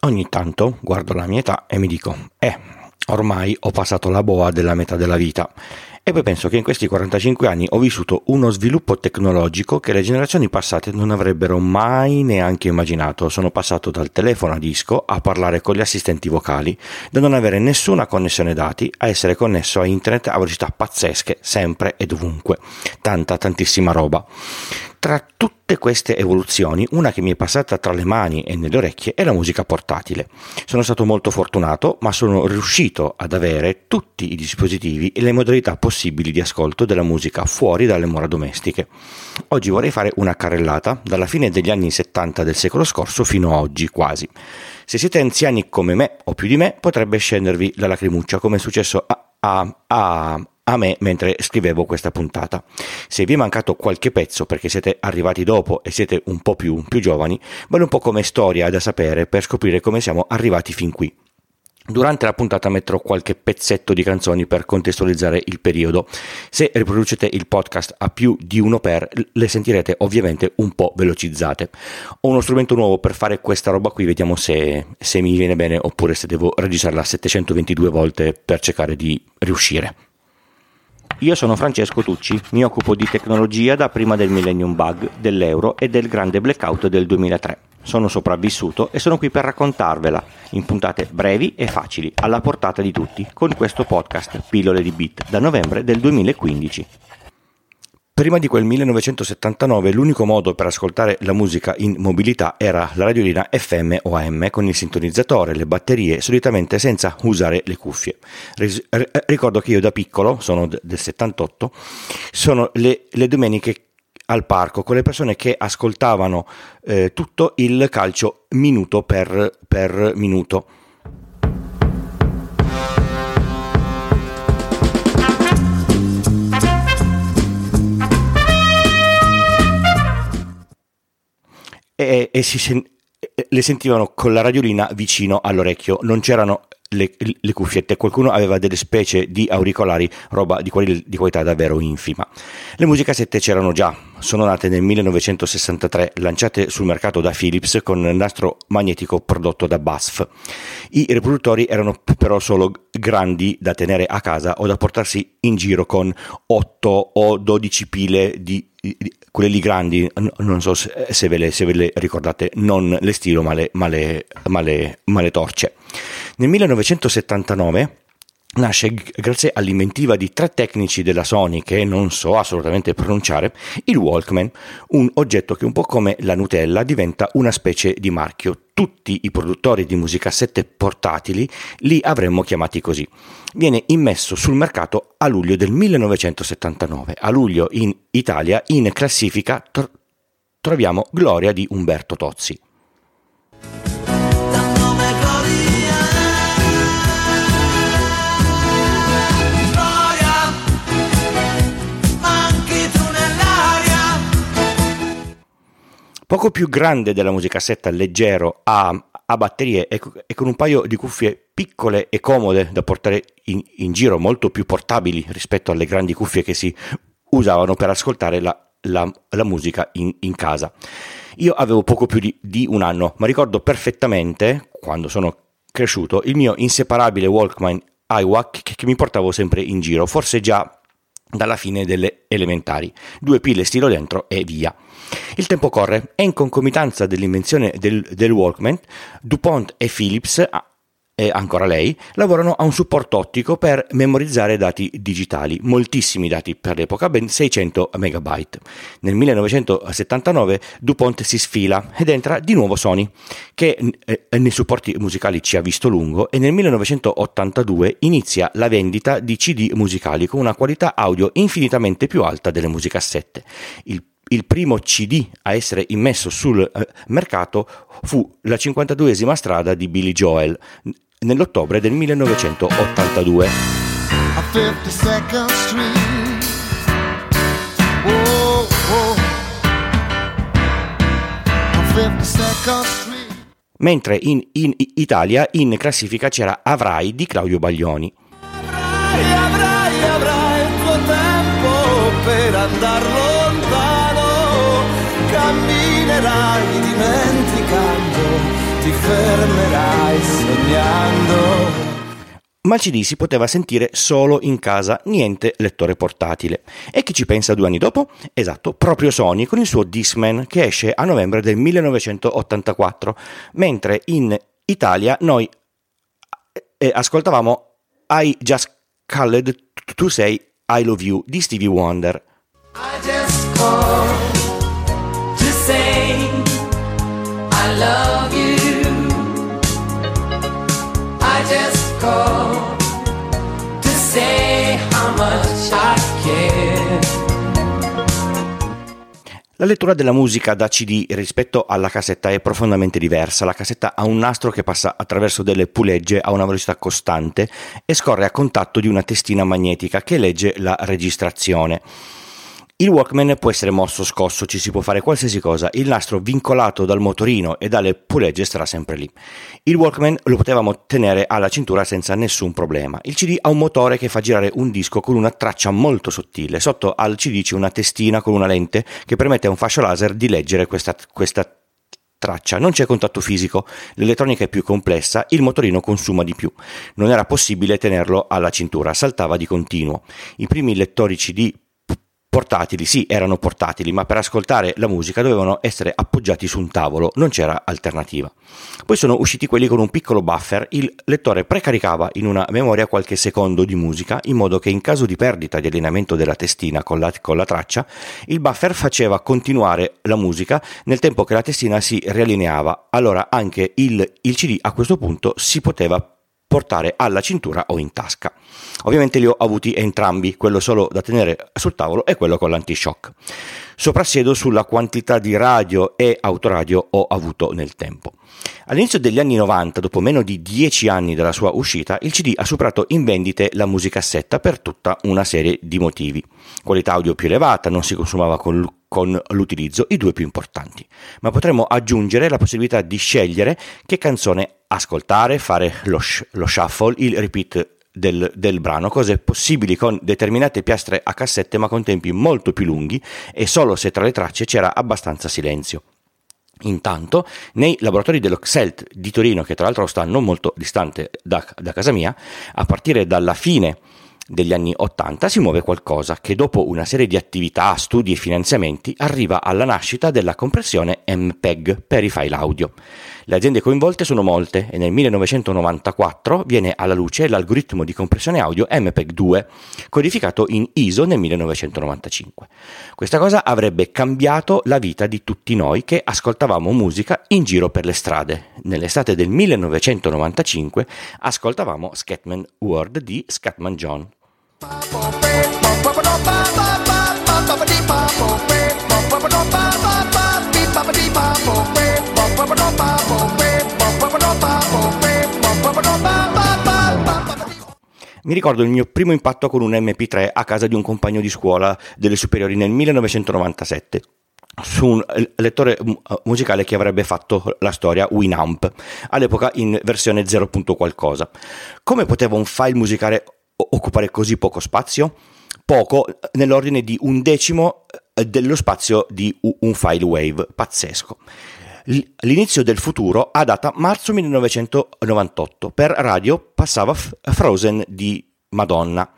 Ogni tanto guardo la mia età e mi dico, ormai ho passato la boa della metà della vita. E poi penso che in questi 45 anni ho vissuto uno sviluppo tecnologico che le generazioni passate non avrebbero mai neanche immaginato. Sono passato dal telefono a disco a parlare con gli assistenti vocali, da non avere nessuna connessione dati a essere connesso a internet a velocità pazzesche, sempre e dovunque. Tantissima roba. Tra tutte queste evoluzioni, una che mi è passata tra le mani e nelle orecchie è la musica portatile. Sono stato molto fortunato, ma sono riuscito ad avere tutti i dispositivi e le modalità possibili di ascolto della musica fuori dalle mura domestiche. Oggi vorrei fare una carrellata dalla fine degli anni 70 del secolo scorso fino a oggi quasi. Se siete anziani come me o più di me, potrebbe scendervi la lacrimuccia come è successo a me mentre scrivevo questa puntata. Se vi è mancato qualche pezzo perché siete arrivati dopo e siete un po' più giovani, vale un po' come storia da sapere per scoprire come siamo arrivati fin qui. Durante la puntata metterò qualche pezzetto di canzoni per contestualizzare il periodo. Se riproducete il podcast a più di uno le sentirete ovviamente un po' velocizzate. Ho uno strumento nuovo per fare questa roba qui, vediamo se mi viene bene oppure se devo registrarla 722 volte per cercare di riuscire. Io sono Francesco Tucci, mi occupo di tecnologia da prima del Millennium Bug, dell'euro e del grande blackout del 2003. Sono sopravvissuto e sono qui per raccontarvela, in puntate brevi e facili, alla portata di tutti, con questo podcast Pillole di Beat, da novembre del 2015. Prima di quel 1979 l'unico modo per ascoltare la musica in mobilità era la radiolina FM o AM con il sintonizzatore, le batterie, solitamente senza usare le cuffie. Ricordo che io da piccolo, sono del 78, sono le domeniche al parco con le persone che ascoltavano tutto il calcio minuto per minuto. E le sentivano con la radiolina vicino all'orecchio, non c'erano le cuffiette, qualcuno aveva delle specie di auricolari, roba di qualità davvero infima. Le musicassette c'erano già, sono nate nel 1963, lanciate sul mercato da Philips con nastro magnetico prodotto da BASF. I riproduttori erano però solo grandi da tenere a casa o da portarsi in giro con 8 o 12 pile di quelle lì grandi, non so se ve le ricordate, non le stilo ma le torce. Nel 1979 nasce, grazie all'inventiva di 3 tecnici della Sony che non so assolutamente pronunciare, il Walkman, un oggetto che un po' come la Nutella diventa una specie di marchio. Tutti i produttori di musicassette portatili li avremmo chiamati così. Viene immesso sul mercato a luglio del 1979. A luglio in Italia in classifica troviamo Gloria di Umberto Tozzi. Poco più grande della musicassetta, leggero, a batterie e con un paio di cuffie piccole e comode da portare in giro, molto più portabili rispetto alle grandi cuffie che si usavano per ascoltare la musica in casa. Io avevo poco più di un anno, ma ricordo perfettamente, quando sono cresciuto, il mio inseparabile Walkman Aiwa che mi portavo sempre in giro, forse già dalla fine delle elementari. 2 pile stilo dentro e via. Il tempo corre e in concomitanza dell'invenzione del Walkman, DuPont e Philips, e ancora lei, lavorano a un supporto ottico per memorizzare dati digitali, moltissimi dati per l'epoca, ben 600 megabyte. Nel 1979 DuPont si sfila ed entra di nuovo Sony, che nei supporti musicali ci ha visto lungo, e nel 1982 inizia la vendita di CD musicali con una qualità audio infinitamente più alta delle musicassette. Il primo CD a essere immesso sul mercato fu la 52esima strada di Billy Joel nell'ottobre del 1982. Mentre in Italia in classifica c'era Avrai di Claudio Baglioni. Avrai il tuo tempo per andar lontano, camminerai dimenticando, ti fermerai sognando. Ma il CD si poteva sentire solo in casa, niente lettore portatile. E chi ci pensa 2 anni dopo? Esatto, proprio Sony con il suo Discman che esce a novembre del 1984, mentre in Italia noi ascoltavamo I Just Called to Say I Love You di Stevie Wonder. I just called to say I love you. I just called to say how much I care. La lettura della musica da CD rispetto alla cassetta è profondamente diversa. La cassetta ha un nastro che passa attraverso delle pulegge a una velocità costante e scorre a contatto di una testina magnetica che legge la registrazione. Il Walkman può essere mosso, scosso, ci si può fare qualsiasi cosa, il nastro vincolato dal motorino e dalle pulegge starà sempre lì. Il Walkman lo potevamo tenere alla cintura senza nessun problema. Il CD ha un motore che fa girare un disco con una traccia molto sottile. Sotto al CD c'è una testina con una lente che permette a un fascio laser di leggere questa traccia. Non c'è contatto fisico, l'elettronica è più complessa, il motorino consuma di più. Non era possibile tenerlo alla cintura, saltava di continuo. I primi lettori CD portatili, sì, erano portatili, ma per ascoltare la musica dovevano essere appoggiati su un tavolo, non c'era alternativa. Poi sono usciti quelli con un piccolo buffer, il lettore precaricava in una memoria qualche secondo di musica, in modo che in caso di perdita di allineamento della testina con la traccia, il buffer faceva continuare la musica nel tempo che la testina si riallineava. Allora anche il CD a questo punto si poteva portare alla cintura o in tasca. Ovviamente li ho avuti entrambi, quello solo da tenere sul tavolo e quello con l'antishock. Soprassiedo sulla quantità di radio e autoradio ho avuto nel tempo. All'inizio degli anni 90, dopo meno di 10 anni dalla sua uscita, il CD ha superato in vendite la musicassetta per tutta una serie di motivi. Qualità audio più elevata, non si consumava con l'utilizzo, i 2 più importanti. Ma potremmo aggiungere la possibilità di scegliere che canzone ascoltare, fare lo shuffle, il repeat del brano, cose possibili con determinate piastre a cassette ma con tempi molto più lunghi e solo se tra le tracce c'era abbastanza silenzio. Intanto, nei laboratori dell'Oxelt di Torino, che tra l'altro sta non molto distante da casa mia, a partire dalla fine degli anni 80 si muove qualcosa che dopo una serie di attività, studi e finanziamenti arriva alla nascita della compressione MPEG per i file audio. Le aziende coinvolte sono molte e nel 1994 viene alla luce l'algoritmo di compressione audio MPEG-2, codificato in ISO nel 1995. Questa cosa avrebbe cambiato la vita di tutti noi che ascoltavamo musica in giro per le strade. Nell'estate del 1995 ascoltavamo Scatman World di Scatman John. Mi ricordo il mio primo impatto con un MP3 a casa di un compagno di scuola delle superiori nel 1997 su un lettore musicale che avrebbe fatto la storia Winamp, all'epoca in versione 0. qualcosa. Come poteva un file musicale occupare così poco spazio? Poco, nell'ordine di 1/10 dello spazio di un file wave, pazzesco. L'inizio del futuro ha data marzo 1998, per radio passava Frozen di Madonna.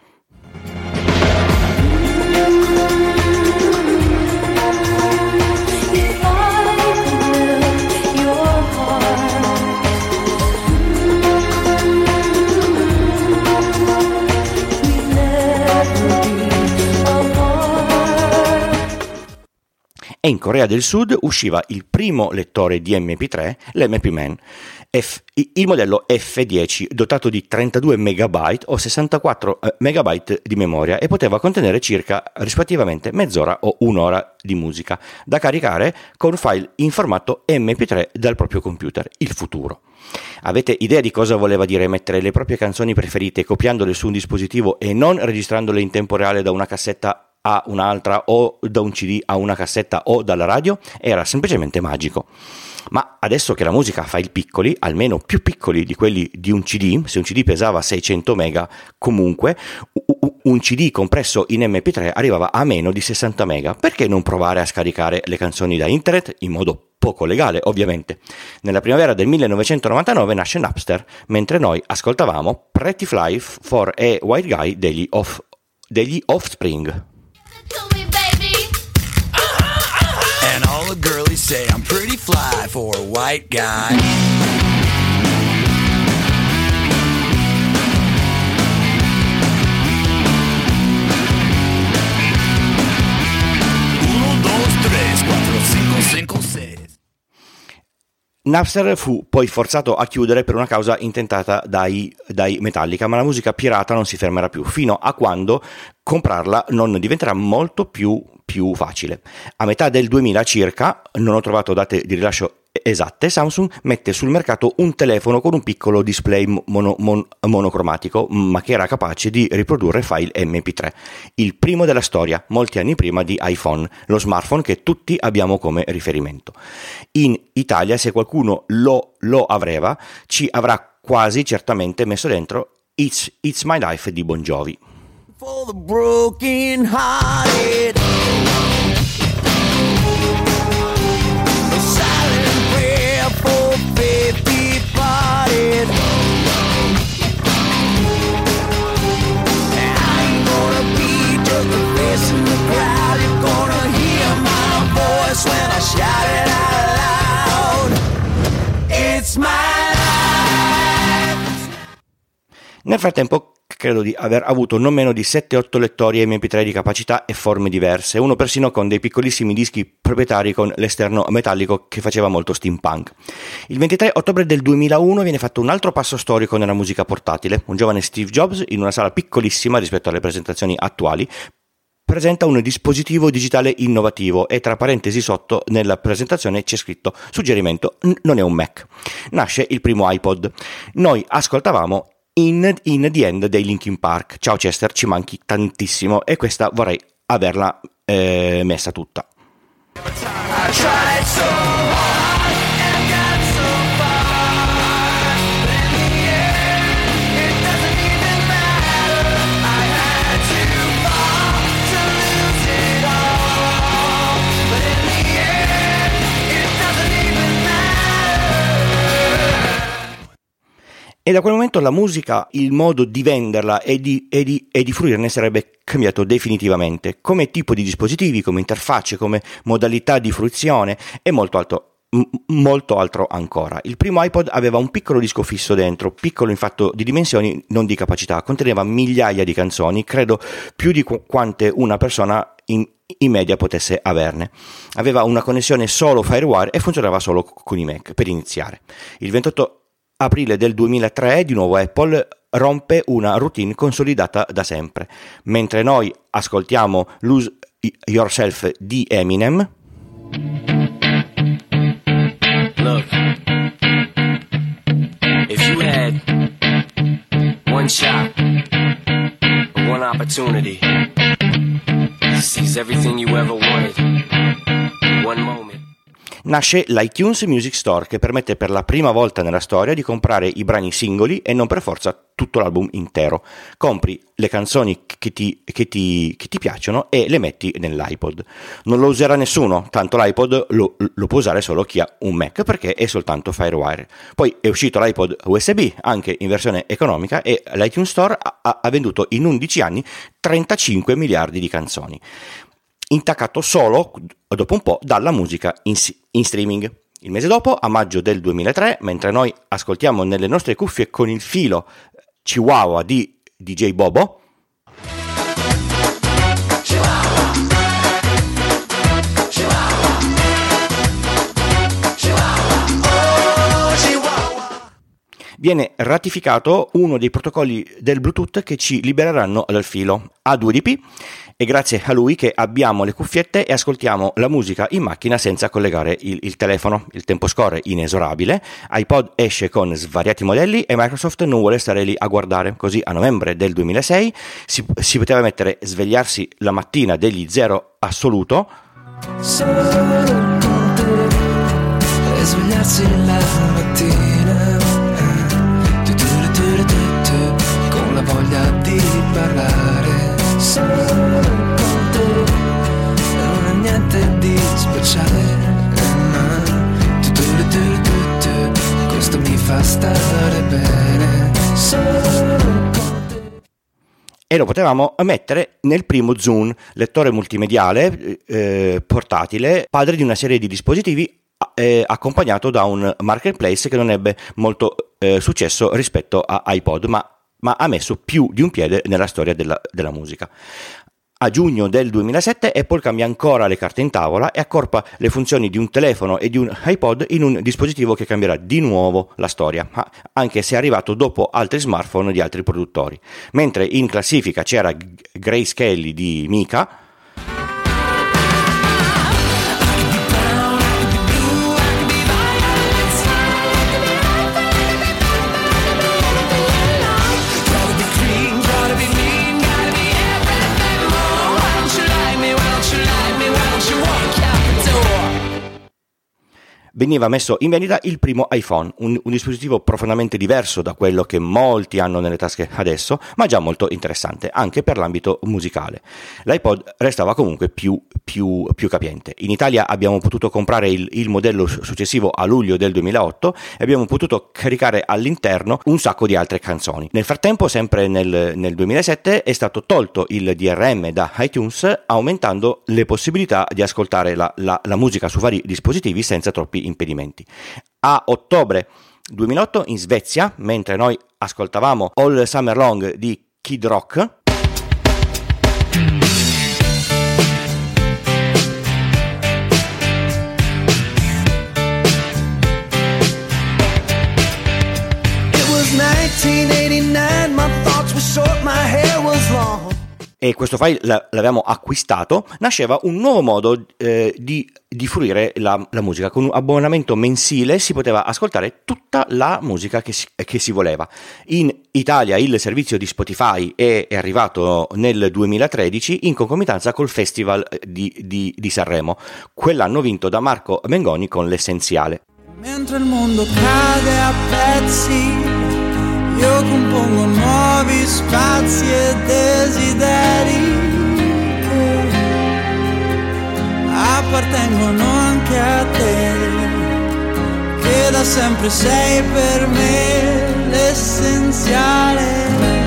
E in Corea del Sud usciva il primo lettore di MP3, l'MP-Man, il modello F10, dotato di 32 MB o 64 MB di memoria e poteva contenere circa rispettivamente mezz'ora o un'ora di musica, da caricare con file in formato MP3 dal proprio computer, il futuro. Avete idea di cosa voleva dire mettere le proprie canzoni preferite copiandole su un dispositivo e non registrandole in tempo reale da una cassetta a un'altra o da un CD a una cassetta o dalla radio? Era semplicemente magico. Ma adesso che la musica fa i piccoli, almeno più piccoli di quelli di un CD, se un CD pesava 600 mega, comunque un CD compresso in MP3 arrivava a meno di 60 mega. Perché non provare a scaricare le canzoni da internet in modo poco legale, ovviamente? Nella primavera del 1999 nasce Napster, mentre noi ascoltavamo Pretty Fly for a White Guy degli Offspring. And all the girlies say I'm pretty fly for a white guy. Napster fu poi forzato a chiudere per una causa intentata dai Metallica, ma la musica pirata non si fermerà più, fino a quando comprarla non diventerà molto più facile. A metà del 2000 circa, non ho trovato date di rilascio esatte, Samsung mette sul mercato un telefono con un piccolo display monocromatico, ma che era capace di riprodurre file MP3. Il primo della storia, molti anni prima di iPhone, lo smartphone che tutti abbiamo come riferimento. In Italia, se qualcuno lo avreva, ci avrà quasi certamente messo dentro It's My Life di Bon Jovi. For the broken hearted, a silent prayer for faith departed. I ain't gonna be just a face in the crowd. You're gonna hear my voice when I shout it out loud. It's my life. Nel frattempo credo di aver avuto non meno di 7-8 lettori MP3 di capacità e forme diverse, uno persino con dei piccolissimi dischi proprietari con l'esterno metallico che faceva molto steampunk. Il 23 ottobre del 2001 viene fatto un altro passo storico nella musica portatile. Un giovane Steve Jobs, in una sala piccolissima rispetto alle presentazioni attuali, presenta un dispositivo digitale innovativo e tra parentesi sotto nella presentazione c'è scritto suggerimento, non è un Mac. Nasce il primo iPod. Noi ascoltavamo In the End dei Linkin Park. Ciao Chester, ci manchi tantissimo e questa vorrei averla messa tutta. I tried so hard and got so far, but in the end, it doesn't even matter. I had to fall to lose it all, but in the end, it doesn't even matter. E da quel momento la musica, il modo di venderla e di fruirne sarebbe cambiato definitivamente, come tipo di dispositivi, come interfacce, come modalità di fruizione e molto altro ancora. Il primo iPod aveva un piccolo disco fisso dentro, piccolo in fatto di dimensioni, non di capacità, conteneva migliaia di canzoni, credo più di quante una persona in media potesse averne. Aveva una connessione solo FireWire e funzionava solo con i Mac per iniziare. Il 28 aprile del 2003 di nuovo Apple rompe una routine consolidata da sempre. Mentre noi ascoltiamo Lose Yourself di Eminem, Look, if you had one shot, one opportunity to seize everything you ever wanted in one moment. nasce l'iTunes Music Store, che permette per la prima volta nella storia di comprare i brani singoli e non per forza tutto l'album intero. Compri le canzoni che ti piacciono e le metti nell'iPod. Non lo userà nessuno, tanto l'iPod lo può usare solo chi ha un Mac, perché è soltanto FireWire. Poi è uscito l'iPod USB, anche in versione economica, e l'iTunes Store ha venduto in 11 anni 35 miliardi di canzoni, intaccato solo dopo un po' dalla musica in streaming. Il mese dopo, a maggio del 2003, mentre noi ascoltiamo nelle nostre cuffie con il filo Chihuahua di DJ Bobo, viene ratificato uno dei protocolli del Bluetooth che ci libereranno dal filo A2DP. È grazie a lui che abbiamo le cuffiette e ascoltiamo la musica in macchina senza collegare il telefono. Il tempo scorre inesorabile, iPod esce con svariati modelli e Microsoft non vuole stare lì a guardare. Così a novembre del 2006 si poteva mettere svegliarsi la mattina degli zero assoluto e svegliarsi la mattina con la voglia di parlare solo con te. Non è niente di speciale, ma questo mi fa stare bene solo con te. E lo potevamo mettere nel primo Zune, lettore multimediale portatile, padre di una serie di dispositivi, accompagnato da un marketplace che non ebbe molto successo rispetto a iPod, ma ha messo più di un piede nella storia della musica. A giugno del 2007 Apple cambia ancora le carte in tavola e accorpa le funzioni di un telefono e di un iPod in un dispositivo che cambierà di nuovo la storia, anche se è arrivato dopo altri smartphone di altri produttori. Mentre in classifica c'era Grace Kelly di Mika, veniva messo in vendita il primo iPhone, un dispositivo profondamente diverso da quello che molti hanno nelle tasche adesso, ma già molto interessante anche per l'ambito musicale. L'iPod restava comunque più capiente. In Italia abbiamo potuto comprare il modello successivo a luglio del 2008 e abbiamo potuto caricare all'interno un sacco di altre canzoni. Nel frattempo, sempre nel 2007, è stato tolto il DRM da iTunes, aumentando le possibilità di ascoltare la musica su vari dispositivi senza troppi impedimenti. A ottobre 2008 in Svezia, mentre noi ascoltavamo All Summer Long di Kid Rock, It was 1989, my thoughts were short, my hair was long. e questo file l'avevamo acquistato, nasceva un nuovo modo di fruire la musica. Con un abbonamento mensile si poteva ascoltare tutta la musica che si voleva. In Italia il servizio di Spotify è arrivato nel 2013 in concomitanza col Festival di Sanremo. Quell'anno vinto da Marco Mengoni con L'Essenziale. Mentre il mondo cade a pezzi, io compongo nuovi spazi e desideri che appartengono anche a te, che da sempre sei per me l'essenziale.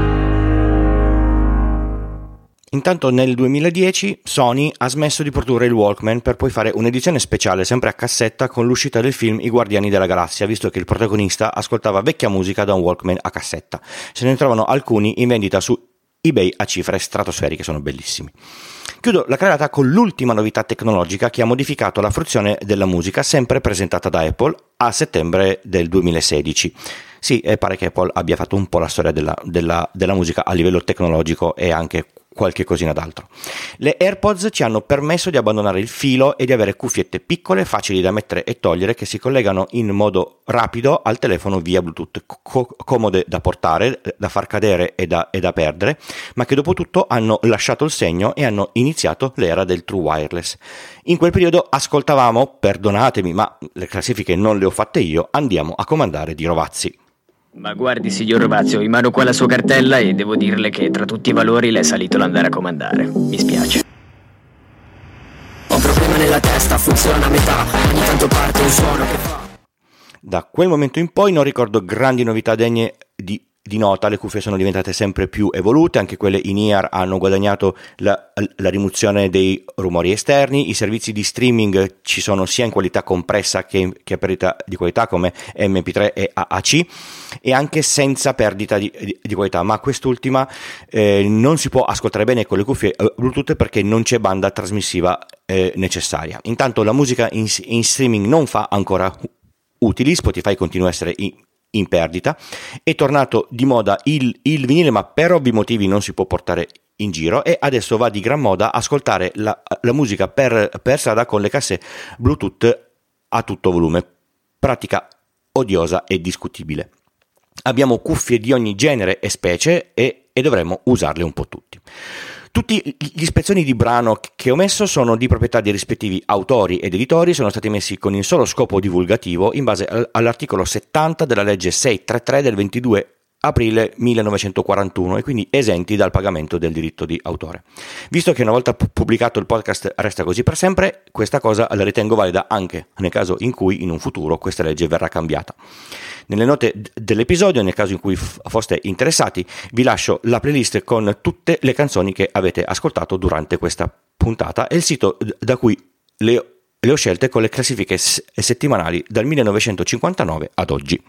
Intanto nel 2010 Sony ha smesso di produrre il Walkman per poi fare un'edizione speciale sempre a cassetta con l'uscita del film I Guardiani della Galassia, visto che il protagonista ascoltava vecchia musica da un Walkman a cassetta. Se ne trovano alcuni in vendita su eBay a cifre stratosferiche, sono bellissimi. Chiudo la carrellata con l'ultima novità tecnologica che ha modificato la fruizione della musica sempre presentata da Apple a settembre del 2016. Sì, pare che Apple abbia fatto un po' la storia della musica a livello tecnologico e anche qualche cosina d'altro. Le AirPods ci hanno permesso di abbandonare il filo e di avere cuffiette piccole, facili da mettere e togliere, che si collegano in modo rapido al telefono via Bluetooth, comode da portare, da far cadere e da perdere, ma che dopo tutto hanno lasciato il segno e hanno iniziato l'era del true wireless. In quel periodo ascoltavamo, perdonatemi, ma le classifiche non le ho fatte io, Andiamo a comandare di Rovazzi. Ma guardi, signor Rovazzi, ho in mano qua la sua cartella e devo dirle che tra tutti i valori le è salito l'andare a comandare. Mi spiace. Ho problema nella testa, funziona a metà, ogni tanto parte un suono che fa. Da quel momento in poi non ricordo grandi novità degne di nota, le cuffie sono diventate sempre più evolute, anche quelle in ear hanno guadagnato la rimozione dei rumori esterni, i servizi di streaming ci sono sia in qualità compressa che a parità di qualità come MP3 e AAC, e anche senza perdita di qualità, ma quest'ultima non si può ascoltare bene con le cuffie Bluetooth perché non c'è banda trasmissiva necessaria. Intanto la musica in streaming non fa ancora utili, Spotify continua a essere in perdita, è tornato di moda il vinile, ma per ovvi motivi non si può portare in giro, e adesso va di gran moda ascoltare la musica per strada con le casse Bluetooth a tutto volume, pratica odiosa e discutibile. Abbiamo cuffie di ogni genere e specie e dovremmo usarle un po' tutti. Tutti gli spezzoni di brano che ho messo sono di proprietà dei rispettivi autori ed editori, sono stati messi con il solo scopo divulgativo in base all'articolo 70 della legge 633 del 22 aprile 1941 e quindi esenti dal pagamento del diritto di autore. Visto che una volta pubblicato il podcast resta così per sempre, questa cosa la ritengo valida anche nel caso in cui in un futuro questa legge verrà cambiata. Nelle note dell'episodio, nel caso in cui foste interessati, vi lascio la playlist con tutte le canzoni che avete ascoltato durante questa puntata e il sito da cui le ho scelte con le classifiche settimanali dal 1959 ad oggi.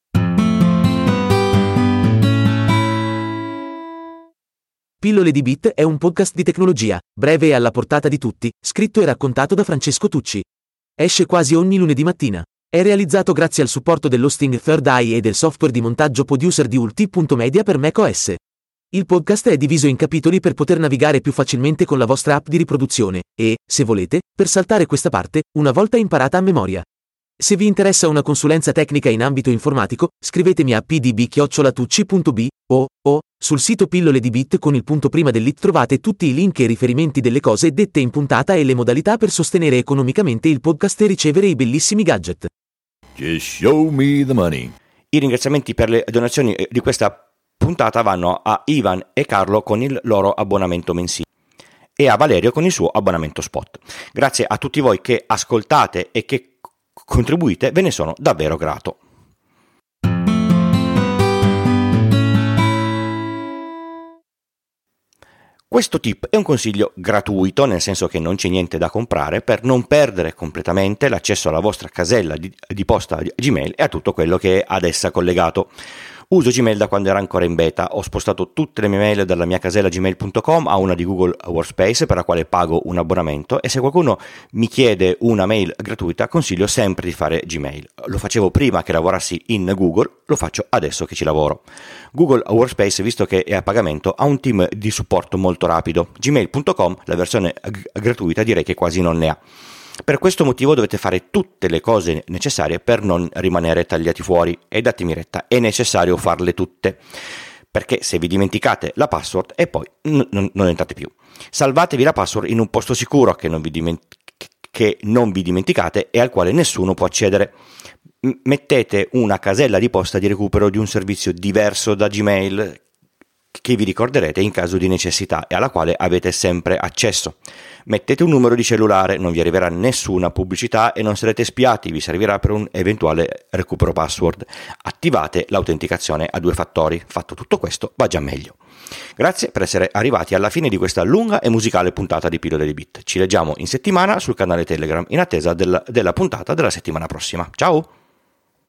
Pillole di Bit è un podcast di tecnologia, breve e alla portata di tutti, scritto e raccontato da Francesco Tucci. Esce quasi ogni lunedì mattina. È realizzato grazie al supporto dell'hosting Third Eye e del software di montaggio producer di Ulti.media per macOS. Il podcast è diviso in capitoli per poter navigare più facilmente con la vostra app di riproduzione e, se volete, per saltare questa parte, una volta imparata a memoria. Se vi interessa una consulenza tecnica in ambito informatico, scrivetemi a pdb@tucci.b o sul sito Pillole di Bit con il punto prima dell'it trovate tutti i link e riferimenti delle cose dette in puntata e le modalità per sostenere economicamente il podcast e ricevere i bellissimi gadget. Just show me the money. I ringraziamenti per le donazioni di questa puntata vanno a Ivan e Carlo con il loro abbonamento mensile e a Valerio con il suo abbonamento spot. Grazie a tutti voi che ascoltate e che contribuite, ve ne sono davvero grato. Questo tip è un consiglio gratuito, nel senso che non c'è niente da comprare, per non perdere completamente l'accesso alla vostra casella di posta Gmail e a tutto quello che è ad essa collegato. Uso Gmail da quando era ancora in beta, ho spostato tutte le mie mail dalla mia casella gmail.com a una di Google Workspace per la quale pago un abbonamento e se qualcuno mi chiede una mail gratuita consiglio sempre di fare Gmail. Lo facevo prima che lavorassi in Google, lo faccio adesso che ci lavoro. Google Workspace, visto che è a pagamento, ha un team di supporto molto rapido. Gmail.com, la versione gratuita, direi che quasi non ne ha. Per questo motivo dovete fare tutte le cose necessarie per non rimanere tagliati fuori e datemi retta, è necessario farle tutte, perché se vi dimenticate la password e poi non entrate più. Salvatevi la password in un posto sicuro che non vi dimenticate e al quale nessuno può accedere. Mettete una casella di posta di recupero di un servizio diverso da Gmail che vi ricorderete in caso di necessità e alla quale avete sempre accesso. Mettete un numero di cellulare, non vi arriverà nessuna pubblicità e non sarete spiati, vi servirà per un eventuale recupero password. Attivate l'autenticazione a 2 fattori. Fatto tutto questo va già meglio. Grazie per essere arrivati alla fine di questa lunga e musicale puntata di Pillole di Bit. Ci leggiamo in settimana sul canale Telegram in attesa della puntata della settimana prossima. Ciao!